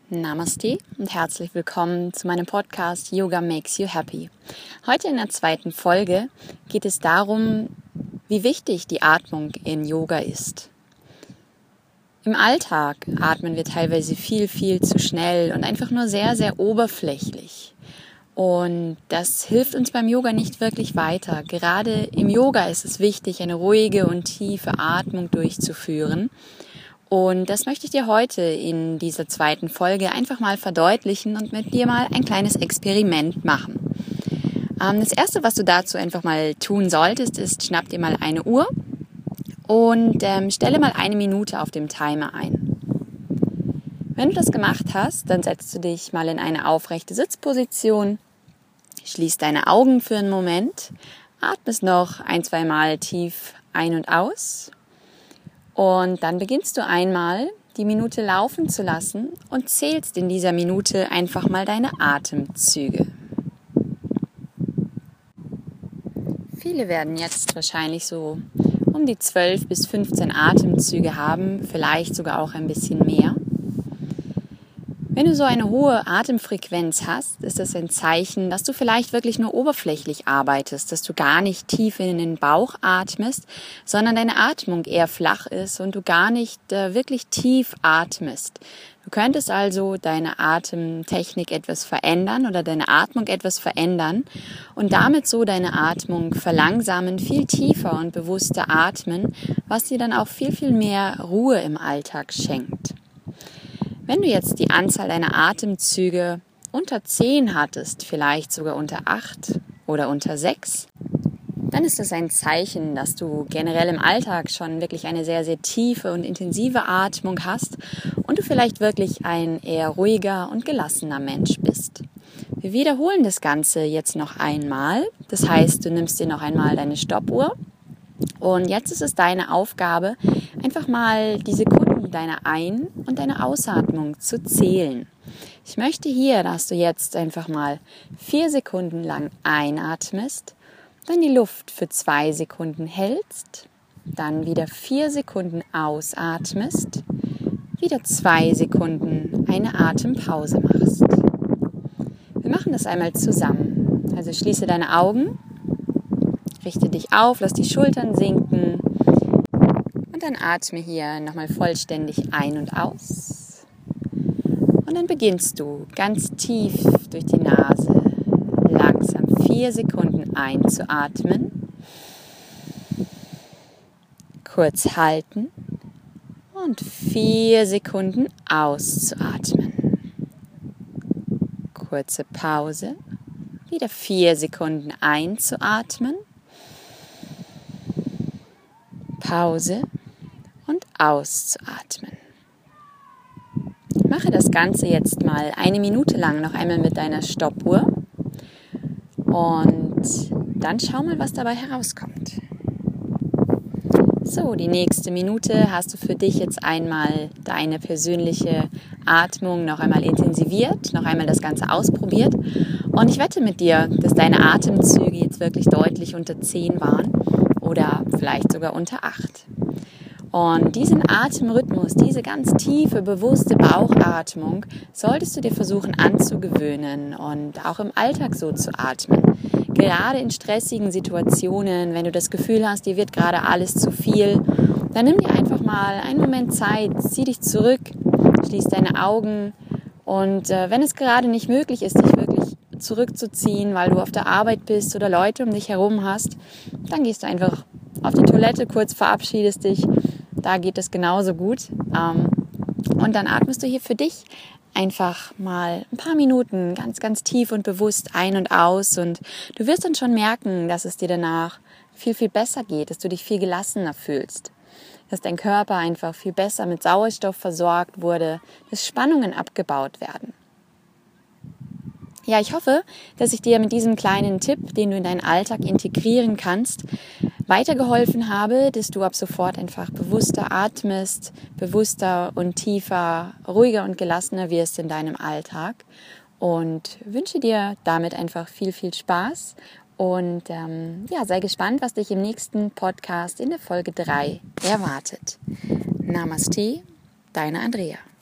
Namaste und herzlich willkommen zu meinem Podcast Yoga Makes You Happy. Heute in der zweiten Folge geht es darum, wie wichtig die Atmung in Yoga ist. Im Alltag atmen wir teilweise viel zu schnell und einfach nur sehr oberflächlich. Und das hilft uns beim Yoga nicht wirklich weiter. Gerade im Yoga ist es wichtig, eine ruhige und tiefe Atmung durchzuführen. Und das möchte ich dir heute in dieser zweiten Folge einfach mal verdeutlichen und mit dir mal ein kleines Experiment machen. Das Erste, was du dazu einfach mal tun solltest, ist, schnapp dir mal eine Uhr und stelle mal 1 Minute auf dem Timer ein. Wenn du das gemacht hast, dann setzt du dich mal in eine aufrechte Sitzposition, schließt deine Augen für einen Moment, atmest noch 1-2 Mal tief ein und aus. Und dann beginnst du einmal, die Minute laufen zu lassen und zählst in dieser Minute einfach mal deine Atemzüge. Viele werden jetzt wahrscheinlich so um die 12 bis 15 Atemzüge haben, vielleicht sogar auch ein bisschen mehr. Wenn du so eine hohe Atemfrequenz hast, ist das ein Zeichen, dass du vielleicht wirklich nur oberflächlich arbeitest, dass du gar nicht tief in den Bauch atmest, sondern deine Atmung eher flach ist und du gar nicht wirklich tief atmest. Du könntest also deine Atemtechnik etwas verändern oder deine Atmung etwas verändern und damit so deine Atmung verlangsamen, viel tiefer und bewusster atmen, was dir dann auch viel mehr Ruhe im Alltag schenkt. Wenn du jetzt die Anzahl deiner Atemzüge unter 10 hattest, vielleicht sogar unter 8 oder unter 6, dann ist das ein Zeichen, dass du generell im Alltag schon wirklich eine sehr tiefe und intensive Atmung hast und du vielleicht wirklich ein eher ruhiger und gelassener Mensch bist. Wir wiederholen das Ganze jetzt noch einmal. Das heißt, du nimmst dir noch einmal deine Stoppuhr und jetzt ist es deine Aufgabe, einfach mal die Sekunden deiner Ein- und deine Ausatmung zu zählen. Ich möchte hier, dass du jetzt einfach mal 4 Sekunden lang einatmest, dann die Luft für 2 Sekunden hältst, dann wieder 4 Sekunden ausatmest, wieder 2 Sekunden eine Atempause machst. Wir machen das einmal zusammen. Also schließe deine Augen, richte dich auf, lass die Schultern sinken und dann atme hier nochmal vollständig ein und aus. Und dann beginnst du ganz tief durch die Nase langsam 4 Sekunden einzuatmen, kurz halten und 4 Sekunden auszuatmen. Kurze Pause, wieder 4 Sekunden einzuatmen, Pause und auszuatmen. Mache das Ganze jetzt mal 1 Minute lang noch einmal mit deiner Stoppuhr und dann schau mal, was dabei herauskommt. So, die nächste Minute hast du für dich jetzt einmal deine persönliche Atmung noch einmal intensiviert, noch einmal das Ganze ausprobiert und ich wette mit dir, dass deine Atemzüge jetzt wirklich deutlich unter 10 waren oder vielleicht sogar unter 8. Und diesen Atemrhythmus, diese ganz tiefe, bewusste Bauchatmung solltest du dir versuchen anzugewöhnen und auch im Alltag so zu atmen. Gerade in stressigen Situationen, wenn du das Gefühl hast, dir wird gerade alles zu viel, dann nimm dir einfach mal einen Moment Zeit, zieh dich zurück, schließ deine Augen und wenn es gerade nicht möglich ist, dich wirklich zurückzuziehen, weil du auf der Arbeit bist oder Leute um dich herum hast, dann gehst du einfach auf die Toilette, kurz verabschiedest dich. Da geht es genauso gut. Und dann atmest du hier für dich einfach mal ein paar Minuten ganz tief und bewusst ein und aus. Und du wirst dann schon merken, dass es dir danach viel besser geht, dass du dich viel gelassener fühlst. Dass dein Körper einfach viel besser mit Sauerstoff versorgt wurde, dass Spannungen abgebaut werden. Ja, ich hoffe, dass ich dir mit diesem kleinen Tipp, den du in deinen Alltag integrieren kannst, weitergeholfen habe, dass du ab sofort einfach bewusster atmest, bewusster und tiefer, ruhiger und gelassener wirst in deinem Alltag und wünsche dir damit einfach viel Spaß und sei gespannt, was dich im nächsten Podcast in der Folge 3 erwartet. Namaste, deine Andrea.